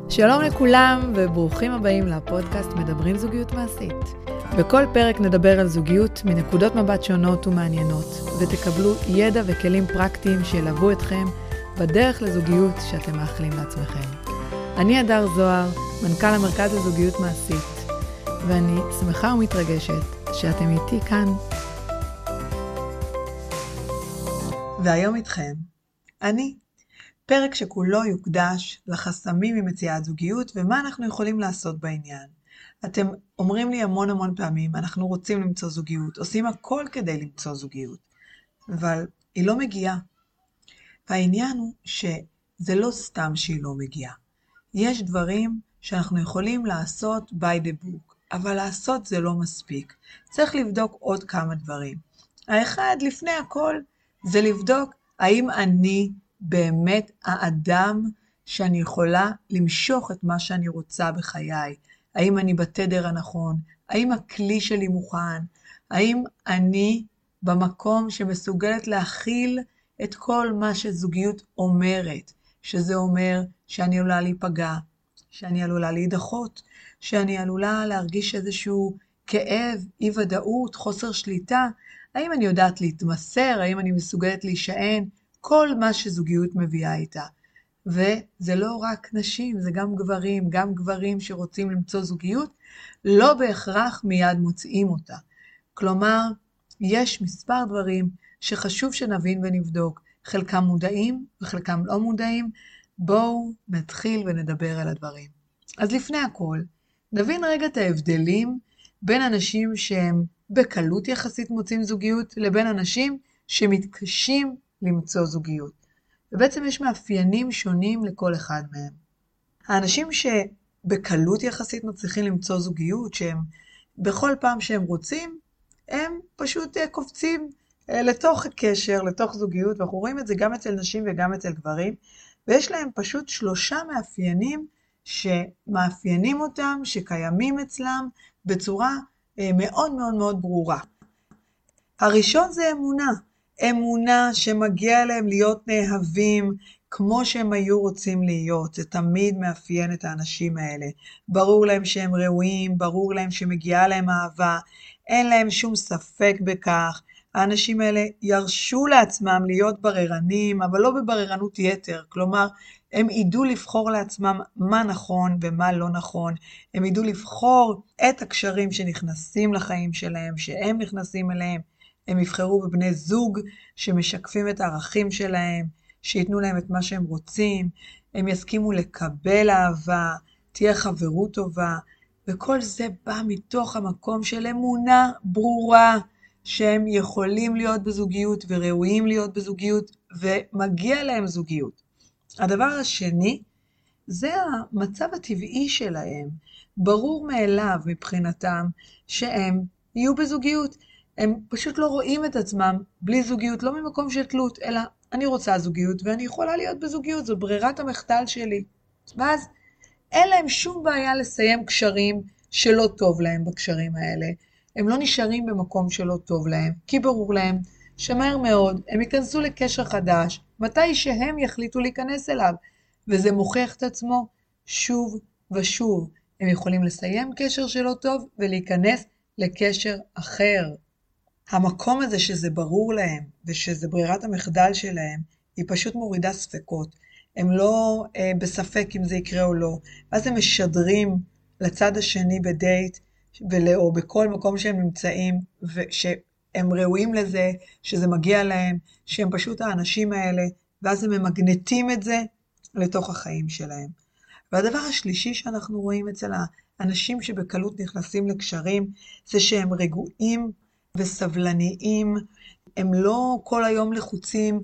שלום לכולם וברוכים הבאים לפודקאסט מדברים זוגיות מעשית. בכל פרק נדבר על זוגיות מנקודות מבט שונות ומעניינות, ותקבלו ידע וכלים פרקטיים שילוו אתכם בדרך לזוגיות שאתם מאחלים לעצמכם. אני הדר זוהר, מנכ"ל המרכז לזוגיות מעשית, ואני שמחה ומתרגשת שאתם איתי כאן. והיום איתכם, אני. פרק שכולו יוקדש לחסמים ממציאת זוגיות ומה אנחנו יכולים לעשות בעניין. אתם אומרים לי המון פעמים, אנחנו רוצים למצוא זוגיות, עושים הכל כדי למצוא זוגיות, אבל היא לא מגיעה. והעניין הוא שזה לא סתם שהיא לא מגיעה. יש דברים שאנחנו יכולים לעשות by the book, אבל לעשות זה לא מספיק. צריך לבדוק עוד כמה דברים. האחד לפני הכל זה לבדוק האם אני באמת האדם שאני יכולה למשוך את מה שאני רוצה בחיי. האם אני בתדר הנכון? האם הכלי שלי מוכן? האם אני במקום שמסוגלת להכיל את כל מה שזוגיות אומרת? שזה אומר שאני עלולה להיפגע, שאני עלולה להידחות, שאני עלולה להרגיש איזשהו כאב, אי ודאות, חוסר שליטה. האם אני יודעת להתמסר? האם אני מסוגלת להישען? כל מה שזוגיות מביאה איתה. וזה לא רק נשים, זה גם גברים שרוצים למצוא זוגיות, לא בהכרח מיד מוצאים אותה. כלומר, יש מספר דברים שחשוב שנבין ונבדוק, חלקם מודעים וחלקם לא מודעים. בואו נתחיל ונדבר על הדברים. אז לפני הכל, נבין רגע את ההבדלים בין אנשים שהם בקלות יחסית מוצאים זוגיות, לבין אנשים שמתקשים למצוא זוגיות. ובעצם יש מאפיינים שונים לכל אחד מהם. האנשים שבקלות יחסית מצליחים למצוא זוגיות, שהם בכל פעם שהם רוצים, הם פשוט קופצים לתוך קשר, לתוך זוגיות, ואנחנו רואים את זה גם אצל נשים וגם אצל גברים, ויש להם פשוט 3 מאפיינים שמאפיינים אותם, שקיימים אצלם בצורה מאוד ברורה. הראשון זה אמונה. אמונה שמגיע להם להיות נאהבים כמו שהם היו רוצים להיות. זה תמיד מאפיין את האנשים האלה. ברור להם שהם ראויים, ברור להם שמגיעה להם אהבה, אין להם שום ספק בכך. האנשים האלה ירשו לעצמם להיות בררנים, אבל לא בבררנות יתר. כלומר, הם ידעו לבחור לעצמם מה נכון ומה לא נכון. הם ידעו לבחור את הקשרים שנכנסים לחיים שלהם, שהם נכנסים אליהם. הם יבחרו בבני זוג שמשקפים את הערכים שלהם, שיתנו להם את מה שהם רוצים, הם יסכימו לקבל אהבה, תהיה חברות טובה, וכל זה בא מתוך המקום של אמונה ברורה, שהם יכולים להיות בזוגיות וראויים להיות בזוגיות, ומגיע להם זוגיות. הדבר השני, זה המצב הטבעי שלהם, ברור מאליו מבחינתם שהם יהיו בזוגיות, הם פשוט לא רואים את עצמם בלי זוגיות, לא ממקום של תלות, אלא אני רוצה זוגיות ואני יכולה להיות בזוגיות, זו ברירת המחדל שלי. ואז אין להם שום בעיה לסיים קשרים שלא טוב להם בקשרים האלה. הם לא נשארים במקום שלא טוב להם, כי ברור להם שמהר מאוד הם ייכנסו לקשר חדש, מתי שהם יחליטו להיכנס אליו, וזה מוכיח את עצמו שוב ושוב. הם יכולים לסיים קשר שלא טוב ולהיכנס לקשר אחר. המקום הזה שזה ברור להם ושזה ברירת המחדל שלהם, היא פשוט מורידה ספקות. הם לא בספק אם זה יקרה או לא. אז הם משדרים לצד השני בדייט או בכל מקום שהם נמצאים, שהם ראויים לזה, שזה מגיע להם, שהם פשוט האנשים האלה, ואז הם ממגנטים את זה לתוך החיים שלהם. והדבר השלישי שאנחנו רואים אצל האנשים שבקלות נכנסים לקשרים, זה שהם רגועים וסבלניים, הם לא כל היום לחוצים,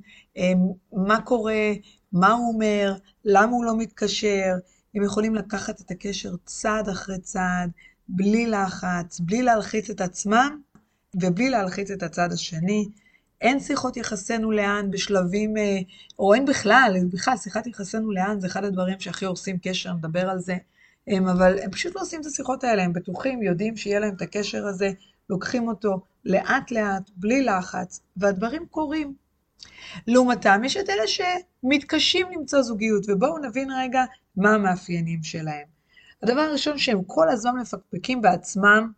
מה קורה, מה הוא אומר, למה הוא לא מתקשר, הם יכולים לקחת את הקשר צעד אחרי צעד, בלי לחץ, בלי להלחיץ את עצמם, ובלי להלחיץ את הצד השני. אין שיחות יחסנו לאן בשלבים, או אין בכלל שיחת יחסנו לאן, זה אחד הדברים שהכי הורסים קשר, נדבר על זה, אבל הם פשוט לא עושים את השיחות האלה, הם בטוחים, יודעים שיהיה להם את הקשר הזה, לוקחים אותו לאט לאט, בלי לחץ, והדברים קורים. לעומתם יש את אלה שמתקשים למצוא זוגיות, ובואו נבין רגע מה המאפיינים שלהם. הדבר הראשון שהם כל הזמן מפקפקים בעצמם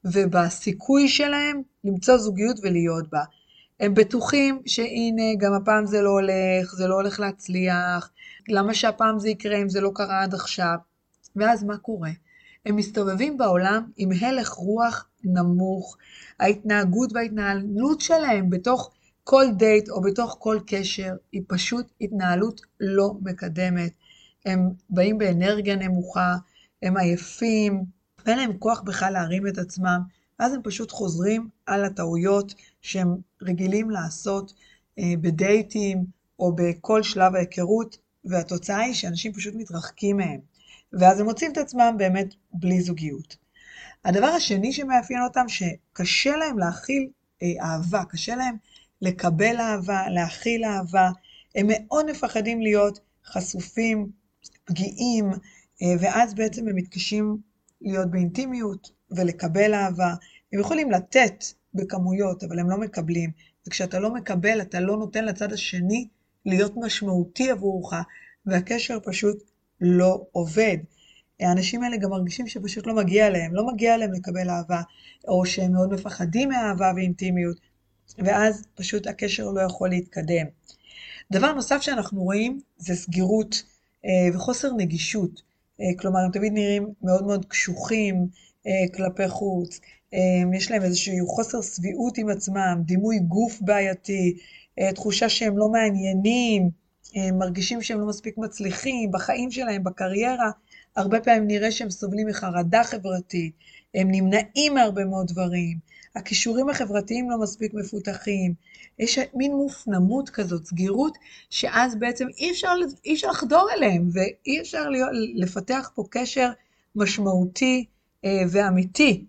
ובסיכוי שלהם למצוא זוגיות ולהיות בה. הם בטוחים שהנה גם הפעם זה לא הולך להצליח, למה שהפעם זה יקרה אם זה לא קרה עד עכשיו? ואז מה קורה? הם מסתובבים בעולם עם הלך רוח נמוך, ההתנהגות וההתנהלות שלהם בתוך כל דייט או בתוך כל קשר היא פשוט התנהלות לא מקדמת. הם באים באנרגיה נמוכה, הם עייפים, ואין להם כוח בכלל להרים את עצמם, אז הם פשוט חוזרים על הטעויות שהם רגילים לעשות בדייטים או בכל שלב ההיכרות, והתוצאה היא שאנשים פשוט מתרחקים מהם, ואז הם מוצאים את עצמם באמת בלי זוגיות. הדבר השני שמאפיין אותם, שקשה להם להכיל אהבה, קשה להם לקבל אהבה, להכיל אהבה, הם מאוד מפחדים להיות חשופים, פגיעים, ואז בעצם הם מתקשים להיות באינטימיות ולקבל אהבה. הם יכולים לתת בכמויות, אבל הם לא מקבלים. וכשאתה לא מקבל, אתה לא נותן לצד השני להיות משמעותי עבורך, והקשר פשוט לא עובד. האנשים האלה גם מרגישים שפשוט לא מגיע להם לקבל אהבה, או שהם מאוד מפחדים מאהבה ואינטימיות, ואז פשוט הקשר לא יכול להתקדם. דבר נוסף שאנחנו רואים זה סגירות וחוסר נגישות. כלומר, הם תמיד נראים מאוד מאוד קשוחים כלפי חוץ, יש להם איזשהו חוסר סביעות עם עצמם, דימוי גוף בעייתי, תחושה שהם לא מעניינים, מרגישים שהם לא מספיק מצליחים בחיים שלהם, בקריירה. הרבה פעמים נראה שהם סובלים מחרדה חברתית, הם נמנעים מהרבה מאוד דברים, הכישורים החברתיים לא מספיק מפותחים, יש מין מופנמות כזאת, סגירות, שאז בעצם אי אפשר לחדור אליהם, ואי אפשר לפתח פה קשר משמעותי ואמיתי.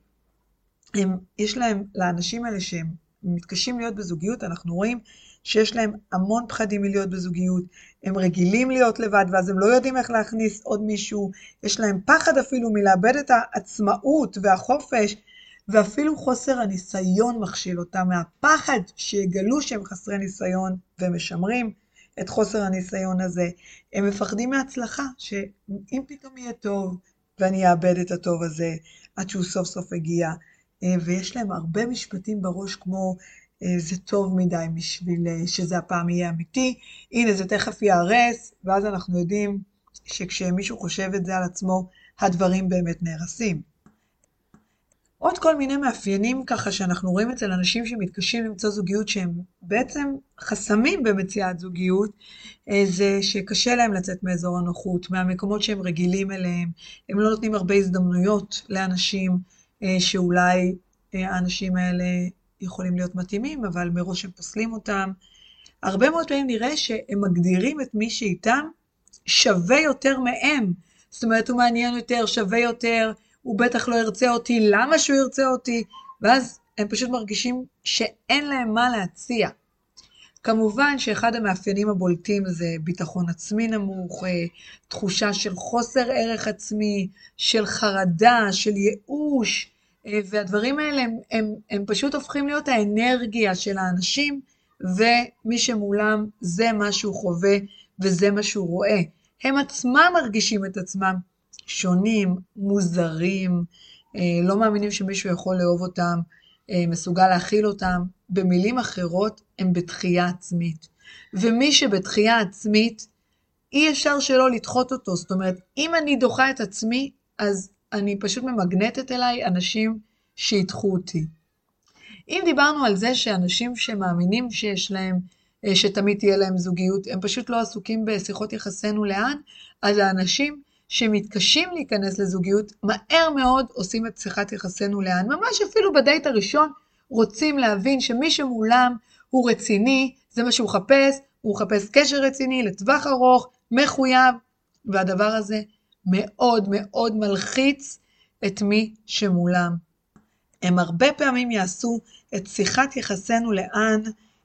יש להם, לאנשים האלה שהם מתקשים להיות בזוגיות, אנחנו רואים שיש להם המון פחדים מלהיות בזוגיות, הם רגילים להיות לבד, ואז הם לא יודעים איך להכניס עוד מישהו, יש להם פחד אפילו מלאבד את העצמאות והחופש, ואפילו חוסר הניסיון מכשיל אותם, מהפחד שיגלו שהם חסרי ניסיון, והם משמרים את חוסר הניסיון הזה. הם מפחדים מהצלחה, שאם פתאום יהיה טוב, ואני אאבד את הטוב הזה, עד שהוא סוף סוף הגיע, ויש להם הרבה משפטים בראש כמו, זה טוב מדי בשביל שזה הפעם יהיה אמיתי, הנה זה תכף יערס, ואז אנחנו יודעים שכשמישהו חושב את זה על עצמו, הדברים באמת נהרסים. עוד כל מיני מאפיינים ככה שאנחנו רואים אצל אנשים שמתקשים למצוא זוגיות שהם בעצם חסמים במציאת זוגיות, זה שקשה להם לצאת מאזור הנוחות, מהמקומות שהם רגילים אליהם, הם לא נותנים הרבה הזדמנויות לאנשים שאולי האנשים האלה יכולים להיות מתאימים, אבל מראש הם פוסלים אותם. הרבה מאוד פעמים נראה שהם מגדירים את מי שאיתם שווה יותר מהם, זאת אומרת הוא מעניין יותר, שווה יותר, הוא בטח לא ירצה אותי, למה שהוא ירצה אותי? ואז הם פשוט מרגישים שאין להם מה להציע. כמובן שאחד המאפיינים הבולטים זה ביטחון עצמי נמוך, תחושה של חוסר ערך עצמי, של חרדה, של ייאוש, והדברים האלה הם פשוט הופכים להיות האנרגיה של האנשים, ומי שמולם זה מה שהוא חווה וזה מה שהוא רואה. הם עצמם מרגישים את עצמם שונים, מוזרים, לא מאמינים שמישהו יכול לאהוב אותם, מסוגל להכיל אותם. במילים אחרות הם בתחייה עצמית. ומי שבתחייה עצמית אי אפשר שלא לדחות אותו. זאת אומרת, אם אני דוחה את עצמי, אז אני פשוט ממגנטת אליי אנשים שידחו אותי. אם דיברנו על זה שאנשים שמאמינים שיש להם, שתמיד תהיה להם זוגיות, הם פשוט לא עסוקים בשיחות יחסנו לאן, אז האנשים שמתקשים להיכנס לזוגיות, מהר מאוד עושים את שיחת יחסנו לאן. ממש אפילו בדייט הראשון רוצים להבין שמי שמולם הוא רציני, זה מה שהוא מחפש, הוא מחפש קשר רציני לטווח ארוך, מחויב, והדבר הזה מאוד מאוד מלחיץ את מי שמולם. הם הרבה פעמים יעשו את שיחת יחסנו לאן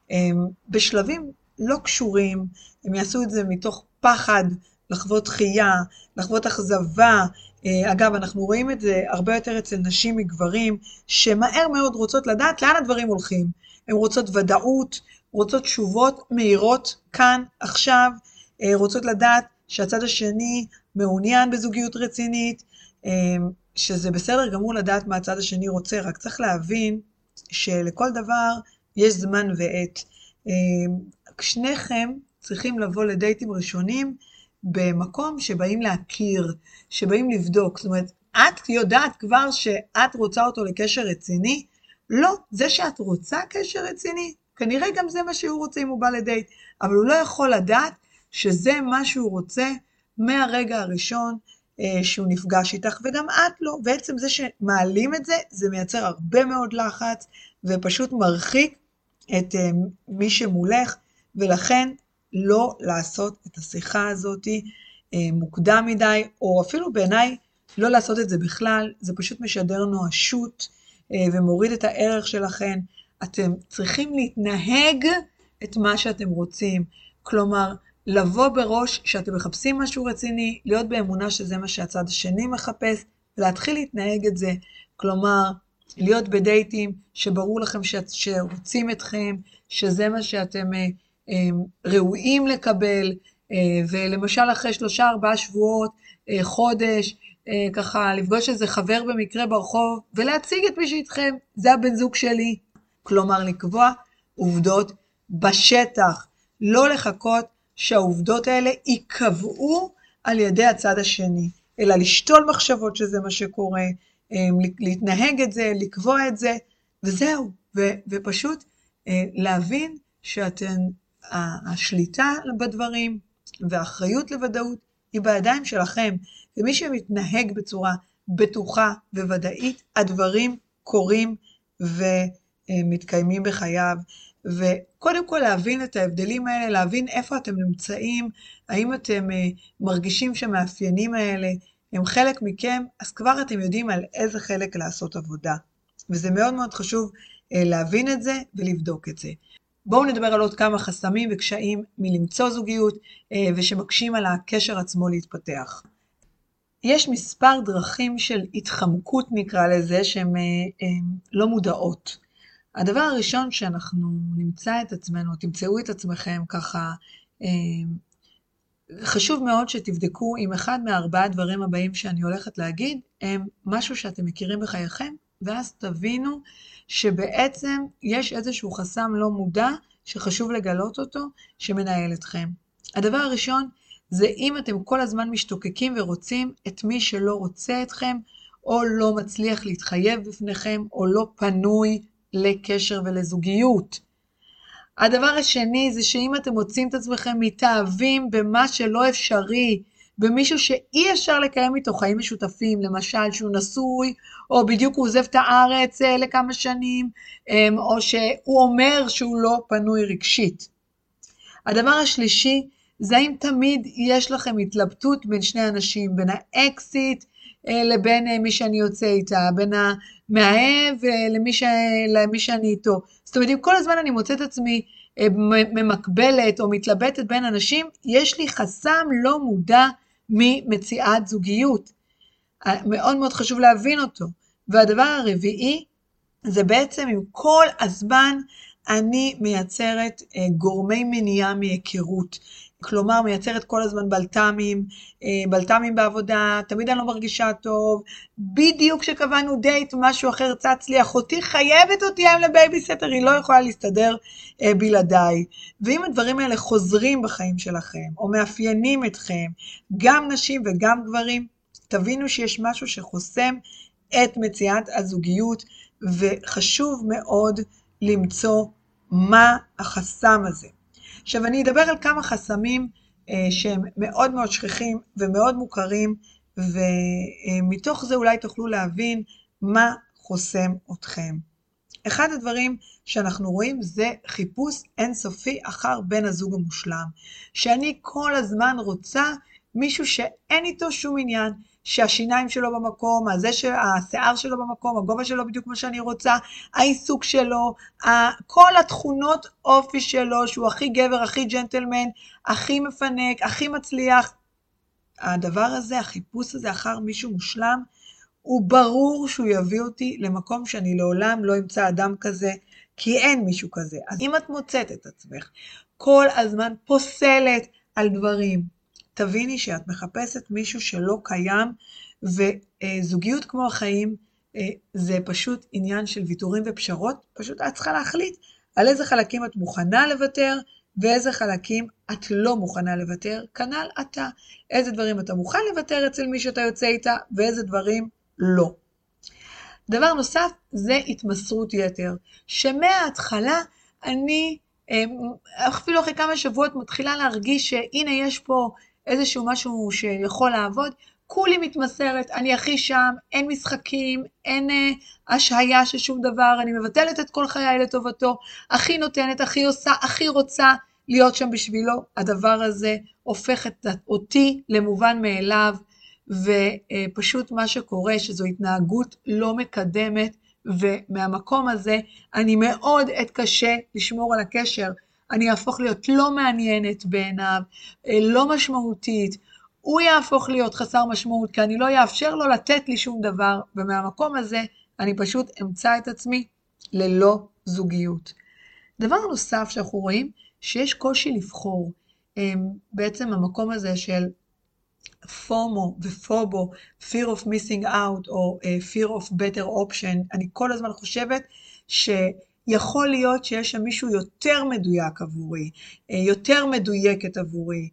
בשלבים לא קשורים, הם יעשו את זה מתוך פחד, לחוות דחייה, לחוות אכזבה. אגב, אנחנו רואים את זה הרבה יותר אצל נשים מגברים, שמהר מאוד רוצות לדעת לאן הדברים הולכים. הן רוצות ודאות, רוצות תשובות מהירות כאן, עכשיו, רוצות לדעת שהצד השני מעוניין בזוגיות רצינית, שזה בסדר גמור לדעת מה הצד השני רוצה, רק צריך להבין שלכל דבר יש זמן ועת. שניכם צריכים לבוא לדייטים ראשונים במקום שבאים להכיר, שבאים לבדוק. זאת אומרת, את יודעת כבר שאת רוצה אותו לקשר רציני? לא, זה שאת רוצה קשר רציני, כנראה גם זה מה שהוא רוצה אם הוא בא לדייט, אבל הוא לא יכול לדעת שזה מה שהוא רוצה מהרגע הראשון שהוא נפגש איתך, וגם את לא. בעצם זה שמעלים את זה, זה מייצר הרבה מאוד לחץ, ופשוט מרחיק את מי שמולך, ולכן לא לעשות את השיחה הזאת מוקדם מדי, או אפילו בעיניי לא לעשות את זה בכלל, זה פשוט משדר נואשות, ומוריד את הערך שלכם. אתם צריכים להתנהג את מה שאתם רוצים, כלומר, לבוא בראש שאתם מחפשים משהו רציני, להיות באמונה שזה מה שהצד השני מחפש, ולהתחיל להתנהג את זה, כלומר, להיות בדייטים שברור לכם שרוצים אתכם, שזה מה שאתם ראויים לקבל, ולמשל אחרי 3-4 שבועות, חודש, ככה לפגוש איזה חבר במקרה ברחוב, ולהציג את מי שאיתכם, זה הבן זוג שלי. כלומר, לקבוע עובדות בשטח, לא לחכות שהעובדות האלה יקבעו על ידי הצד השני, אלא לשתול מחשבות שזה מה שקורה, להתנהג את זה, לקבוע את זה, וזהו. ופשוט להבין שאתן, השליטה בדברים והאחריות לוודאות היא בידיים שלכם. ומי שמתנהג בצורה בטוחה וודאית, הדברים קורים ומתקיימים בחייו. וקודם כל להבין את ההבדלים האלה, להבין איפה אתם נמצאים, האם אתם מרגישים שהמאפיינים האלה הם חלק מכם, אז כבר אתם יודעים על איזה חלק לעשות עבודה. וזה מאוד מאוד חשוב להבין את זה ולבדוק את זה. בואו נדבר על עוד כמה חסמים וקשיים מלמצוא זוגיות ושמקשים על הקשר עצמו להתפתח. יש מספר דרכים של התחמקות נקרא לזה שהן לא מודעות. הדבר הראשון שאנחנו נמצא את עצמנו, תמצאו את עצמכם ככה, חשוב מאוד שתבדקו אם אחד מה4 דברים הבאים שאני הולכת להגיד, הם משהו שאתם מכירים בחייכם, ואז תבינו שבעצם יש איזשהו חסם לא מודע, שחשוב לגלות אותו, שמנהל אתכם. הדבר הראשון, זה אם אתם כל הזמן משתוקקים ורוצים את מי שלא רוצה אתכם, או לא מצליח להתחייב בפניכם, או לא פנוי לקשר ולזוגיות. הדבר השני זה שאם אתם מוצאים את עצמכם מתאהבים במה שלא אפשרי, במישהו שאי אפשר לקיים איתו חיים משותפים, למשל שהוא נשוי, או בדיוק הוא עוזב את הארץ לכמה שנים, או שהוא אומר שהוא לא פנוי רגשית. הדבר השלישי זה אם תמיד יש לכם התלבטות בין שני אנשים, בין האקסיט לבין מי שאני יוצא איתה, בין המאהב למי שאני איתו. זאת אומרת, אם כל הזמן אני מוצאת עצמי ממקבלת או מתלבטת בין אנשים, יש לי חסם לא מודע ממציאת זוגיות. מאוד מאוד חשוב להבין אותו. והדבר הרביעי, זה בעצם אם כל הזמן אני מייצרת גורמי מניעה מהיכרות. כלומר, מייצרת כל הזמן בלת"מים בעבודה, תמיד אני לא מרגישה טוב, בדיוק שקבענו דייט, משהו אחר צץ לי, אחותי חייבת אותי היום לבייביסטר, היא לא יכולה להסתדר בלעדיי. ואם הדברים האלה חוזרים בחיים שלכם, או מאפיינים אתכם, גם נשים וגם גברים, תבינו שיש משהו שחוסם את מציאת הזוגיות, וחשוב מאוד למצוא מה החסם הזה. עכשיו אני אדבר על כמה חסמים שהם מאוד מאוד שכיחים ומאוד מוכרים, ומתוך זה אולי תוכלו להבין מה חוסם אתכם. אחד הדברים שאנחנו רואים זה חיפוש אינסופי אחר בן הזוג המושלם, שאני כל הזמן רוצה מישהו שאין איתו שום עניין, שהשיניים שלו במקום, השיער שלו במקום, הגובה שלו בדיוק מה שאני רוצה, העיסוק שלו, כל התכונות אופי שלו, שהוא הכי גבר, הכי ג'נטלמן, הכי מפנק, הכי מצליח. הדבר הזה, החיפוש הזה אחר מישהו מושלם, הוא ברור שהוא יביא אותי למקום שאני לעולם לא אמצא אדם כזה, כי אין מישהו כזה. אז אם את מוצאת את עצמך כל הזמן פוסלת על דברים, תביני שאת מחפשת מישהו שלא קיים, וזוגיות כמו החיים זה פשוט עניין של ויתורים ופשרות. פשוט את צריכה להחליט על איזה חלקים את מוכנה לוותר, ואיזה חלקים את לא מוכנה לוותר, כנ"ל אתה. איזה דברים אתה מוכן לוותר אצל מי שאתה יוצא איתה, ואיזה דברים לא. דבר נוסף זה התמסרות יתר, שמההתחלה אני אפילו אחרי כמה שבועות מתחילה להרגיש שהנה יש פה איזשהו משהו שיכול לעבוד, כולי מתמסרת, אני הכי שם, אין משחקים, אין השהיה של שום דבר, אני מבטלת את כל חיי לטובתו, הכי נותנת, הכי עושה, הכי רוצה להיות שם בשבילו. הדבר הזה הופך אותי למובן מאליו, ופשוט מה שקורה שזו התנהגות לא מקדמת, ומהמקום הזה אני מאוד אתקשה לשמור על הקשר, אני אהפוך להיות לא מעניינת בעיניו, לא משמעותית, הוא יהפוך להיות חסר משמעות, כי אני לא יאפשר לו לתת לי שום דבר, ומהמקום הזה אני פשוט אמצא את עצמי ללא זוגיות. דבר נוסף שאנחנו רואים, שיש קושי לבחור, בעצם המקום הזה של פומו ופובו, fear of missing out, או fear of better option, אני כל הזמן חושבת שיכול להיות שיש שם מישהו יותר מדויק עבורי, יותר מדויקת עבורי,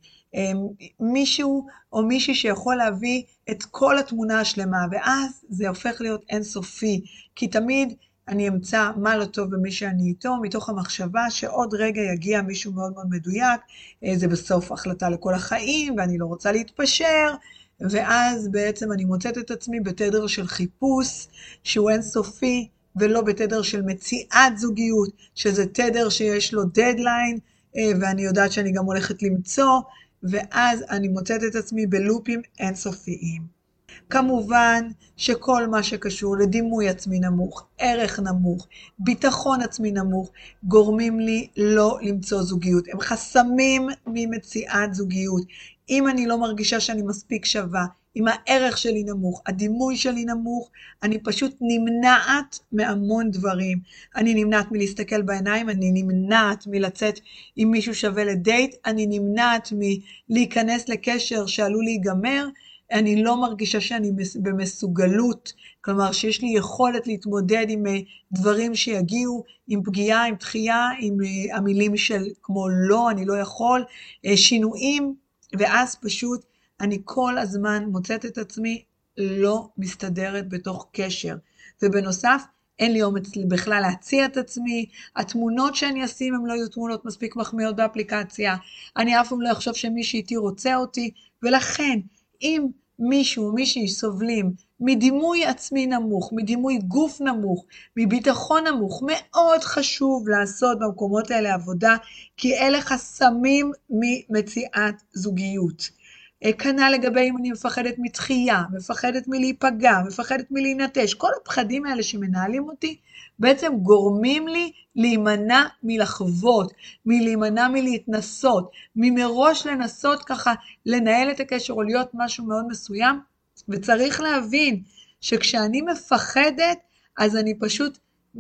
מישהו או מישהי שיכול להביא את כל התמונה השלמה, ואז זה הופך להיות אינסופי, כי תמיד אני אמצא מה לא טוב במי שאני איתו, מתוך המחשבה שעוד רגע יגיע מישהו מאוד מאוד מדויק, זה בסוף החלטה לכל החיים, ואני לא רוצה להתפשר, ואז בעצם אני מוצאת את עצמי בתדר של חיפוש, שהוא אינסופי, ולא בתדר של מציאת זוגיות, שזה תדר שיש לו דדליין, ואני יודעת שאני גם הולכת למצוא, ואז אני מוצאת את עצמי בלופים אינסופיים. כמובן שכל מה שקשור לדימוי עצמי נמוך, ערך נמוך, ביטחון עצמי נמוך, גורמים לי לא למצוא זוגיות. הם חסמים ממציאת זוגיות. אם אני לא מרגישה שאני מספיק שווה, אם הערך שלי נמוך, הדימוי שלי נמוך, אני פשוט נמנעת מהמון דברים. אני נמנעת מלהסתכל בעיניים, אני נמנעת מלצאת עם מישהו שווה לדייט, אני נמנעת מלהיכנס לקשר שעלול להיגמר, אני לא מרגישה שאני במסוגלות, כלומר שיש לי יכולת להתמודד עם דברים שיגיעו, עם פגיעה, עם דחייה, עם המילים של כמו לא, אני לא יכול, שינויים, ואז פשוט אני כל הזמן מוצאת את עצמי לא מסתדרת בתוך קשר. ובנוסף, אין לי אומץ בכלל להציע את עצמי, התמונות שאני אשים הם לא יהיו תמונות מספיק מחמיאות באפליקציה, אני אף פעם לא אחשוב שמישהי איתי רוצה אותי, ולכן אם מישהו או מישהי סובלים מדימוי עצמי נמוך, מדימוי גוף נמוך, מביטחון נמוך, מאוד חשוב לעשות במקומות האלה עבודה, כי אלה חסמים ממציאת זוגיות. כנ"ל לגבי אם אני מפחדת מתחייה, מפחדת מלהיפגע, מפחדת מלהינטש, כל הפחדים האלה שמנהלים אותי, בעצם גורמים לי להימנע מלחוות, מלהימנע מלהתנסות, ממראש לנסות ככה לנהל את הקשר או להיות משהו מאוד מסוים, וצריך להבין שכשאני מפחדת, אז אני פשוט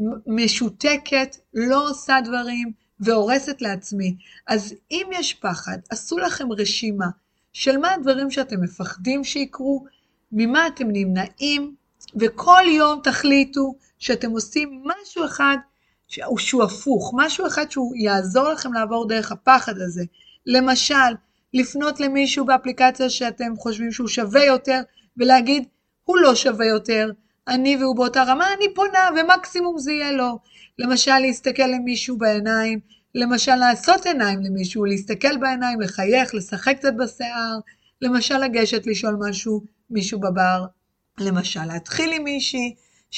משותקת, לא עושה דברים והורסת לעצמי. אז אם יש פחד, עשו לכם רשימה, של מה הדברים שאתם מפחדים שיקרו, ממה אתם נמנעים, וכל יום תחליטו שאתם עושים משהו אחד שהוא הפוך, משהו אחד שהוא יעזור לכם לעבור דרך הפחד הזה. למשל, לפנות למישהו באפליקציה שאתם חושבים שהוא שווה יותר, ולהגיד, הוא לא שווה יותר, אני והוא באותה רמה, אני פונה, ומקסימום זה יהיה לו. למשל, להסתכל למישהו בעיניים, למשל לעשות עיניים למישהו, להסתכל בעיניים, לחייך, לשחק קצת בשיער, למשל לגשת לשאול מישהו בבר, למשל להתחיל עם מישהי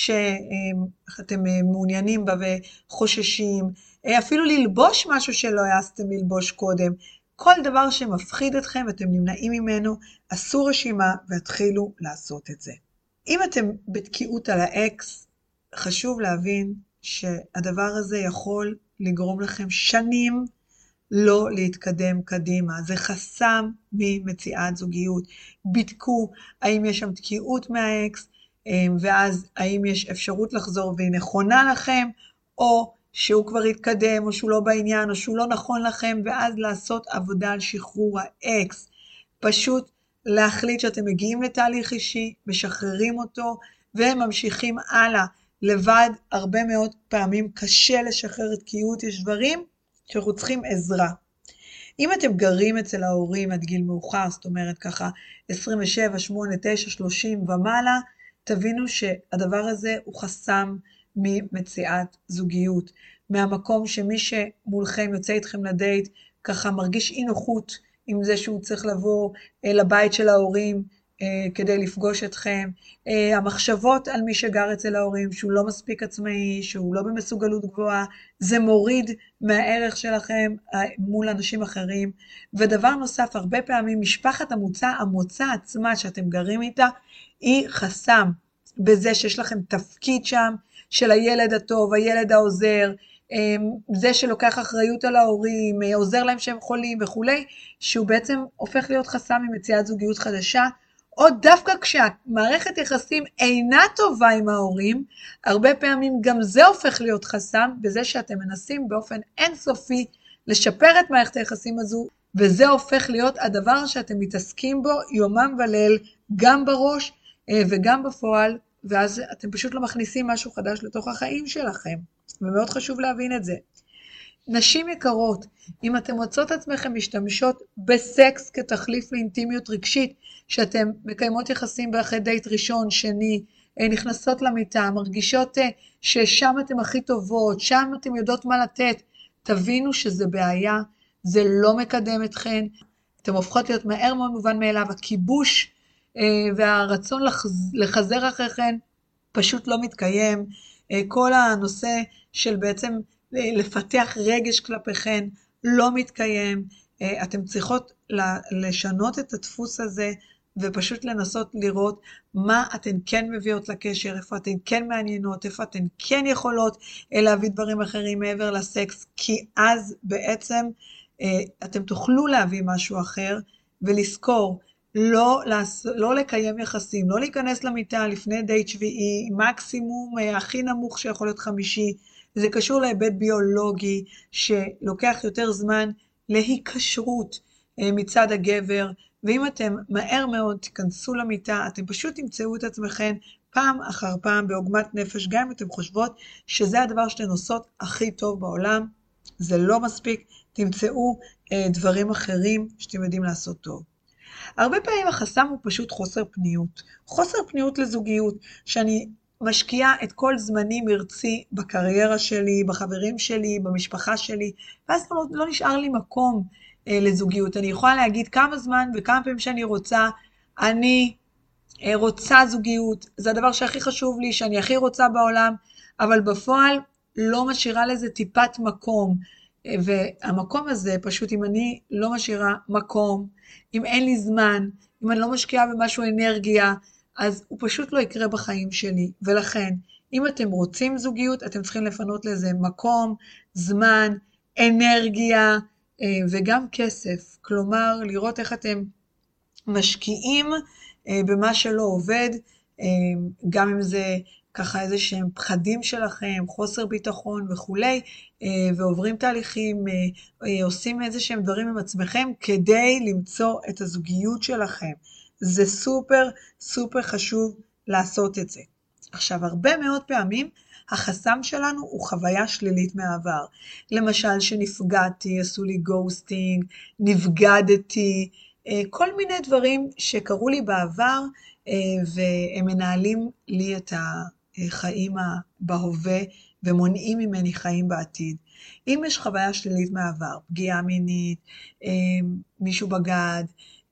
שאתם מעוניינים בה וחוששים, אפילו ללבוש משהו שלא העזתם ללבוש קודם, כל דבר שמפחיד אתכם ואתם נמנעים ממנו, עשו רשימה והתחילו לעשות את זה. אם אתם בתקיעות על האקס, חשוב להבין שהדבר הזה יכול לגרום לכם שנים לא להתקדם קדימה. זה חסם ממציאת זוגיות. בדקו האם יש שם תקיעות מהאקס, ואז האם יש אפשרות לחזור והיא נכונה לכם, או שהוא כבר התקדם, או שהוא לא בעניין, או שהוא לא נכון לכם, ואז לעשות עבודה על שחרור האקס. פשוט להחליט שאתם מגיעים לתהליך אישי, משחררים אותו, וממשיכים הלאה. לבד הרבה מאוד פעמים קשה לשחרר את תקיעות, יש דברים שאנחנו צריכים עזרה. אם אתם גרים אצל ההורים עד גיל מאוחר, זאת אומרת ככה 27, 8, 9, 30 ומעלה, תבינו שהדבר הזה הוא חסם ממציאת זוגיות. מהמקום שמי שמולכם יוצא איתכם לדייט, ככה מרגיש אי נוחות עם זה שהוא צריך לבוא לבית של ההורים כדי לפגוש אתכם. המחשבות על מי שגר אצל ההורים, שהוא לא מספיק עצמאי, שהוא לא במסוגלות גבוהה, זה מוריד מהערך שלכם מול אנשים אחרים. ודבר נוסף, הרבה פעמים משפחת המוצא עצמה שאתם גרים איתה, היא חסם בזה שיש לכם תפקיד שם, של הילד הטוב, הילד העוזר, זה שלוקח אחריות על ההורים, עוזר להם שהם חולים וכו', שהוא בעצם הופך להיות חסם ממציאת זוגיות חדשה, או דווקא כשהמערכת יחסים אינה טובה עם ההורים, הרבה פעמים גם זה הופך להיות חסם, בזה שאתם מנסים באופן אינסופי לשפר את מערכת היחסים הזו, וזה הופך להיות הדבר שאתם מתעסקים בו יומם וליל, גם בראש וגם בפועל, ואז אתם פשוט לא מכניסים משהו חדש לתוך החיים שלכם, ומאוד חשוב להבין את זה. נשים יקרות, אם אתם מוצאות עצמכם משתמשות בסקס כתחליף לאינטימיות רגשית, שאתם מקיימות יחסים באחרי דייט ראשון, שני, נכנסות למיטה, מרגישות ששם אתם הכי טובות, שם אתם יודעות מה לתת, תבינו שזה בעיה, זה לא מקדם אתכן, אתם הופכות להיות מהר מאוד מובן מאליו, הכיבוש והרצון לחזר אחריכן פשוט לא מתקיים, כל הנושא של בעצם לפתח רגש כלפיכן לא מתקיים, אתם צריכות לשנות את הדפוס הזה, ופשוט לנסות לראות מה אתן כן מביאות לקשר, איפה אתן כן מעניינות, איפה אתן כן יכולות להביא דברים אחרים מעבר לסקס, כי אז בעצם אתם תוכלו להביא משהו אחר, ולזכור, לא לקיים יחסים, לא להיכנס למיטה לפני דייט שביעי, מקסימום הכי נמוך שיכול להיות חמישי, זה קשור להיבט ביולוגי, שלוקח יותר זמן להיקשרות מצד הגבר, ואם אתם מהר מאוד תיכנסו למיטה, אתם פשוט תמצאו את עצמכם פעם אחר פעם בעוגמת נפש, גם אם אתם חושבות שזה הדבר שאתן עושות הכי טוב בעולם, זה לא מספיק, תמצאו דברים אחרים שאתם יודעים לעשות טוב. הרבה פעמים החסם הוא פשוט חוסר פניות, חוסר פניות לזוגיות, שאני משקיעה את כל זמני מרצי בקריירה שלי, בחברים שלי, במשפחה שלי, ואז לא נשאר לי מקום לזוגיות. אני יכולה להגיד כמה זמן וכמה פעמים שאני רוצה, אני רוצה זוגיות, זה הדבר שהכי חשוב לי, שאני הכי רוצה בעולם, אבל בפועל לא משאירה לזה טיפת מקום, והמקום הזה פשוט אם אני לא משאירה מקום, אם אין לי זמן, אם אני לא משקיעה במשהו אנרגיה, אז הוא פשוט לא יקרה בחיים שלי, ולכן אם אתם רוצים זוגיות, אתם צריכים לפנות לזה מקום, זמן, אנרגיה וגם כסף, כלומר לראות איך אתם משקיעים במה שלא עובד, גם אם זה ככה איזה שהם פחדים שלכם, חוסר ביטחון וכולי, ועוברים תהליכים, עושים איזה שהם דברים עם עצמכם, כדי למצוא את הזוגיות שלכם. זה סופר סופר חשוב לעשות את זה. עכשיו, הרבה מאוד פעמים, החסם שלנו הוא חוויה שלילית מהעבר. למשל, שנפגעתי, עשו לי גוסטינג, נבגדתי, כל מיני דברים שקרו לי בעבר, והם מנהלים לי את החיים בהווה, ומונעים ממני חיים בעתיד. אם יש חוויה שלילית מהעבר, פגיעה מינית, מישהו בגד,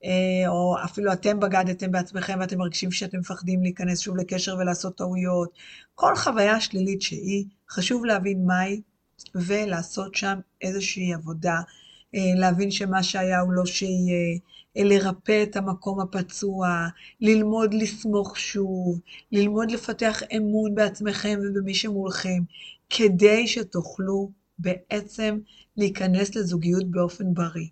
או אפילו אתם בגדתם בעצמכם, ואתם מרגישים שאתם מפחדים להיכנס שוב לקשר ולעשות טעויות, כל חוויה שלילית שהיא, חשוב להבין מהי, ולעשות שם איזושהי עבודה, להבין שמה שהיה הוא לא שיהיה, לרפא את המקום הפצוע, ללמוד לסמוך שוב, ללמוד לפתח אמון בעצמכם ובמי שמולכם, כדי שתוכלו בעצם להיכנס לזוגיות באופן בריא.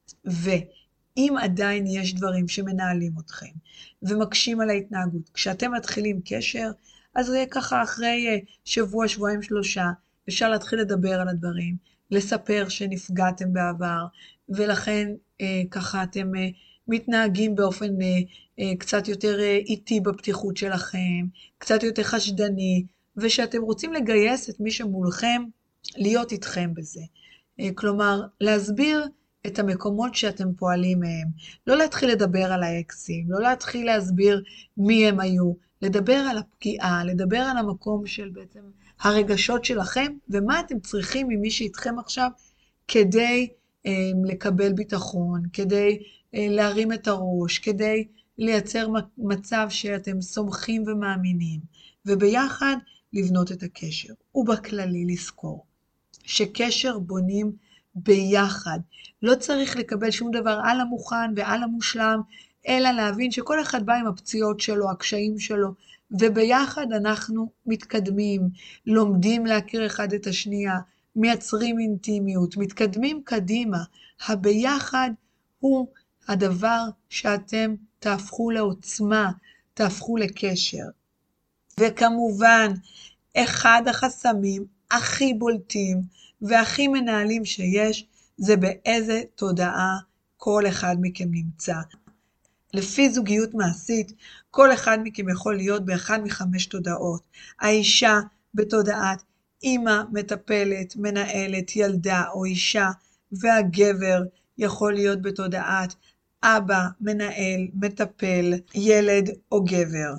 ואם עדיין יש דברים שמנהלים אתכם ומקשים על ההתנהגות, כשאתם מתחילים קשר, אז זה ככה אחרי שבוע, שבועיים, 3, אפשר להתחיל לדבר על הדברים, לספר שנפגעתם בעבר, ולכן ככה אתם מתנהגים באופן קצת יותר איטי בפתיחות שלכם, קצת יותר חשדני, ושאתם רוצים לגייס את מי שמולכם להיות איתכם בזה. כלומר, להסביר את המקומות שאתם פועלים מהם, לא להתחיל לדבר על האקסים, לא להתחיל להסביר מי הם היו, לדבר על הפגיעה, לדבר על המקום של בעצם הרגשות שלכם, ומה אתם צריכים ממי שאיתכם עכשיו כדי לקבל ביטחון, כדי להרים את הראש, כדי לייצר מצב שאתם סומכים ומאמינים, וביחד לבנות את הקשר. ובכללי לזכור שקשר בונים ביחד. לא צריך לקבל שום דבר על המוכן ועל המושלם, אלא להבין שכל אחד בא עם הפציעות שלו, הקשיים שלו, וביחד אנחנו מתקדמים, לומדים להכיר אחד את השנייה, מייצרים אינטימיות, מתקדמים קדימה. הביחד הוא הדבר שאתם תהפכו לעוצמה, תהפכו לקשר. וכמובן, אחד החסמים הכי בולטים והכי מנהלים שיש, זה באיזה תודעה כל אחד מכם נמצא. לפי זוגיות מעשית, כל אחד מכם יכול להיות באחד מ5 תודעות. האישה בתודעת אמא, מטפלת, מנהלת, ילדה או אישה, והגבר יכול להיות בתודעת אבא, מנהל, מטפל, ילד או גבר.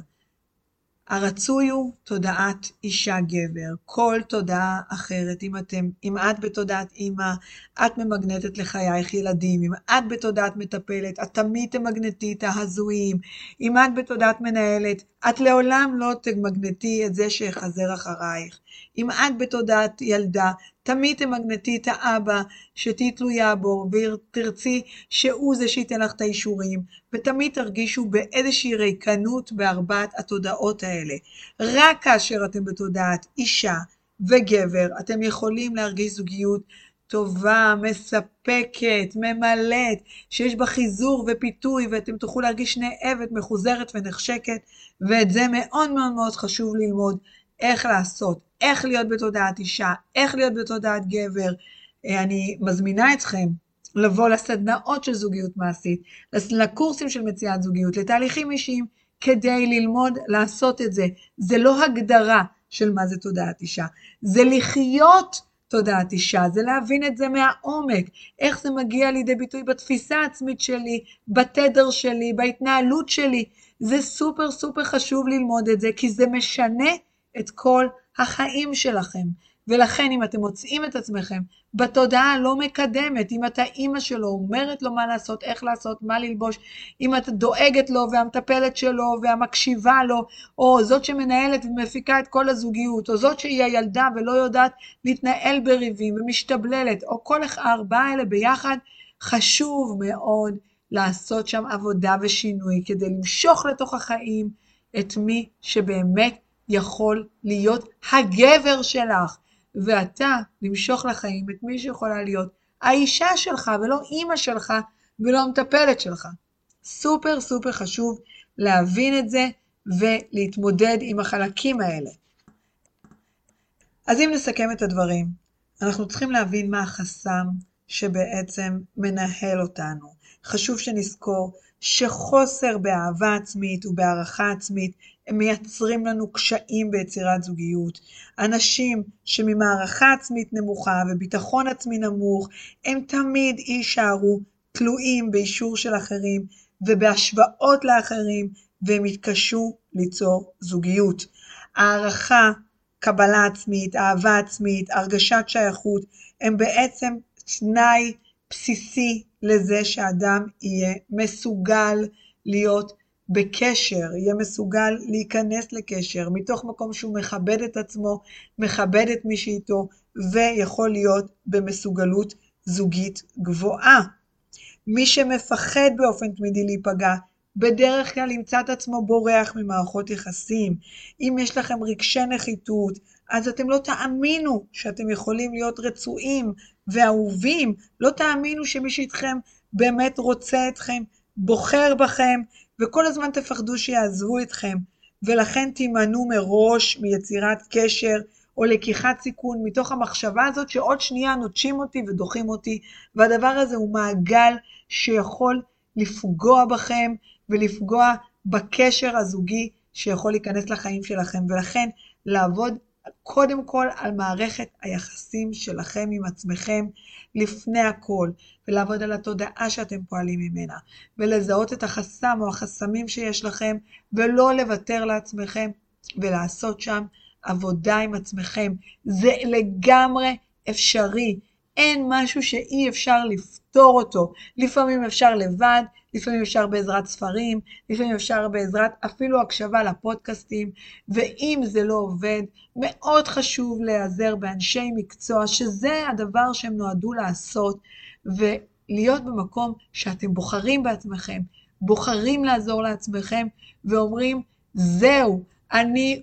הרצוי הוא תודעת אישה גבר, כל תודעה אחרת. אם את בתודעת אמא, את ממגנטת לחייך ילדים. אם את בתודעת מטפלת, את תמיד תמגנטי את ההזויים. אם את בתודעת מנהלת, את לעולם לא תמגנטי את זה שיחזר אחרייך. אם את בתודעת ילדה, תמיד תמגנטי את האבא שתהי תלויה בו, ותרצי שהוא זה שייתן לך את האישורים, ותמיד תרגישו באיזושהי ריקנות בארבעת התודעות האלה. רק כאשר אתם בתודעת אישה וגבר, אתם יכולים להרגיש זוגיות טובה, מספקת, ממלאת, שיש בה חיזור ופיתוי, ואתם תוכלו להרגיש נאהבת, מחוזרת ונחשקת, ואת זה מאוד מאוד מאוד חשוב ללמוד איך לעשות, איך להיות בתודעת אישה, איך להיות בתודעת גבר. אני מזמינה אתכם לבוא לסדנאות של זוגיות מעשית, לקורסים של מציאת זוגיות, לתהליכים אישיים, כדי ללמוד לעשות את זה. זה לא הגדרה של מה זה תודעת אישה, זה לחיות תודעת אישה, זה להבין את זה מהעומק, איך זה מגיע לידי ביטוי בתפיסה העצמית שלי, בתדר שלי, בהתנהלות שלי. זה סופר סופר חשוב ללמוד את זה, כי זה משנה את כל החיים שלכם. ולכן אם אתם מוצאים את עצמכם בתודעה לא מקדמת, אם אתה אימא שלו אומרת לו מה לעשות, איך לעשות, מה ללבוש, אם אתה דואגת לו והמטפלת שלו והמקשיבה לו, או זאת שמנהלת ומפיקה את כל הזוגיות, או זאת שהיא הילדה ולא יודעת להתנהל בריבים ומשתבללת, או כל הארבעה האלה ביחד, חשוב מאוד לעשות שם עבודה ושינוי, כדי למשוך לתוך החיים את מי שבאמת יכול להיות הגבר שלך, ואתה למשוך לחיים את מי שיכולה להיות האישה שלך, ולא אימא שלך, ולא המטפלת שלך. סופר סופר חשוב להבין את זה, ולהתמודד עם החלקים האלה. אז אם נסכם את הדברים, אנחנו צריכים להבין מה החסם שבעצם מנהל אותנו. חשוב שנזכור שחוסר באהבה עצמית ובהערכה עצמית הם מייצרים לנו קשיים ביצירת זוגיות. אנשים שממערכה עצמית נמוכה וביטחון עצמי נמוך, הם תמיד יישארו תלויים באישור של אחרים ובהשוואות לאחרים, והם יתקשו ליצור זוגיות. הערכה, קבלה עצמית, אהבה עצמית, הרגשת שייכות, הם בעצם תנאי בסיסי לזה שאדם יהיה מסוגל להיות בקשר, יהיה מסוגל להיכנס לקשר, מתוך מקום שהוא מכבד את עצמו, מכבד את מי שאיתו, ויכול להיות במסוגלות זוגית גבוהה. מי שמפחד באופן תמידי להיפגע, בדרך כלל ימצא את עצמו בורח ממערכות יחסים. אם יש לכם רגשי נחיתות, אז אתם לא תאמינו שאתם יכולים להיות רצויים ואהובים, לא תאמינו שמי שאיתכם באמת רוצה אתכם, בוחר בכם, וכל הזמן תפחדו שיעזבו אתכם, ולכן תימנעו מראש מיצירת קשר או לקיחת סיכון מתוך המחשבה הזאת שעוד שנייה נוטשים אותי ודוחים אותי, והדבר הזה הוא מעגל שיכול לפגוע בכם ולפגוע בקשר הזוגי שיכול להיכנס לחיים שלכם, ולכן לעבוד קודם כל על מערכת היחסים שלכם עם עצמכם לפני הכל, ולעבוד על התודעה שאתם פועלים ממנה, ולזהות את החסם או החסמים שיש לכם, ולא לוותר לעצמכם, ולעשות שם עבודה עם עצמכם. זה לגמרי אפשרי. אין משהו שאי אפשר לפתור אותו. לפעמים אפשר לבד, לפעמים אפשר בעזרת ספרים, לפעמים אפשר בעזרת אפילו הקשבה לפודקאסטים, ואם זה לא עובד, מאוד חשוב להיעזר באנשי מקצוע, שזה הדבר שהם נועדו לעשות, ולהיות במקום שאתם בוחרים בעצמכם, בוחרים לעזור לעצמכם, ואומרים, זהו, אני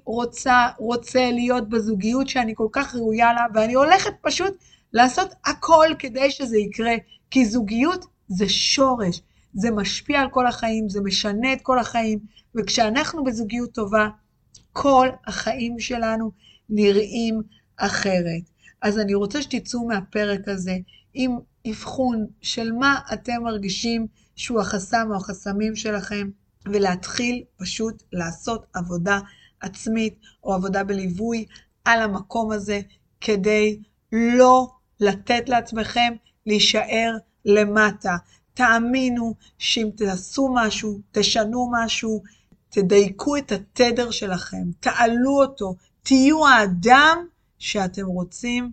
רוצה להיות בזוגיות שאני כל כך ראויה לה, ואני הולכת פשוט לעשות הכל כדי שזה יקרה, כי זוגיות זה שורש, זה משפיע על כל החיים, זה משנה את כל החיים, וכשאנחנו בזוגיות טובה, כל החיים שלנו נראים אחרת. אז אני רוצה שתצאו מהפרק הזה עם אבחון של מה אתם מרגישים שהוא החסם או החסמים שלכם, ולהתחיל פשוט לעשות עבודה עצמית או עבודה בליווי על המקום הזה, כדי לא לתת לעצמכם להישאר למטה. תאמינו שאם תעשו משהו, תשנו משהו, תדייקו את התדר שלכם, תעלו אותו, תהיו האדם שאתם רוצים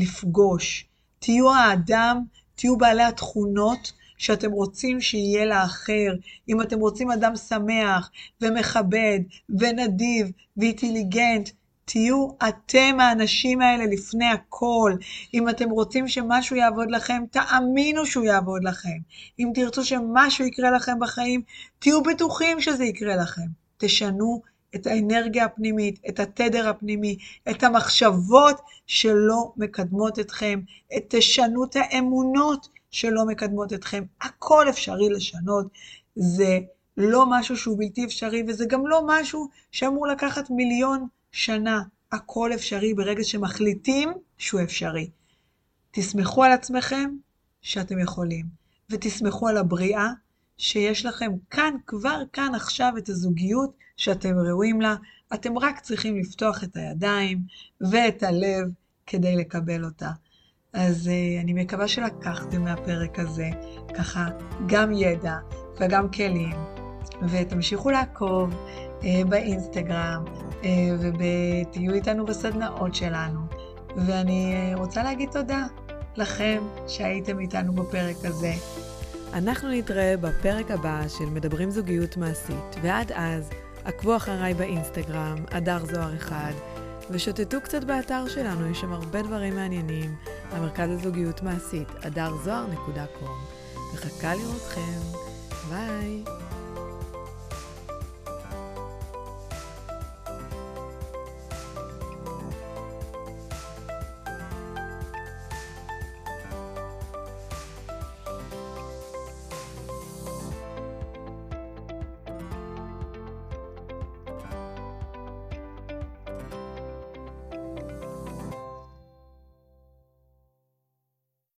לפגוש. תהיו האדם, תהיו בעלי התכונות שאתם רוצים שיהיה לאחר. אם אתם רוצים אדם שמח ומכבד ונדיב ואינטליגנט, תהיו אתם האנשים האלה לפני הכל. אם אתם רוצים שמשהו יעבוד לכם, תאמינו שהוא יעבוד לכם. אם תרצו שמשהו יקרה לכם בחיים, תהיו בטוחים שזה יקרה לכם. תשנו את האנרגיה הפנימית, את התדר הפנימי, את המחשבות שלא מקדמות אתכם, תשנו את האמונות שלא מקדמות אתכם. הכל אפשרי לשנות. זה לא משהו שהוא בלתי אפשרי, וזה גם לא משהו שאמור לקחת 1,000,000 שנה. הכל אפשרי ברגע שמחליטים שהוא אפשרי. תסמכו על עצמכם שאתם יכולים, ותסמכו על הבריאה שיש לכם כאן, כבר כאן עכשיו, את הזוגיות שאתם ראויים לה. אתם רק צריכים לפתוח את הידיים ואת הלב כדי לקבל אותה. אז אני מקווה שלקחתם מהפרק הזה ככה גם ידע וגם כלים, ותמשיכו לעקוב באינסטגרם, ותהיו איתנו בסדנאות שלנו. ואני רוצה להגיד תודה לכם שהייתם איתנו בפרק הזה. אנחנו נתראה בפרק הבא של מדברים זוגיות מעשית, ועד אז עקבו אחריי באינסטגרם, אדר זוהר 1, ושוטטו קצת באתר שלנו, יש שם הרבה דברים מעניינים, המרכז הזוגיות מעשית, adarzohar.com. מחכה לראותכם, ביי.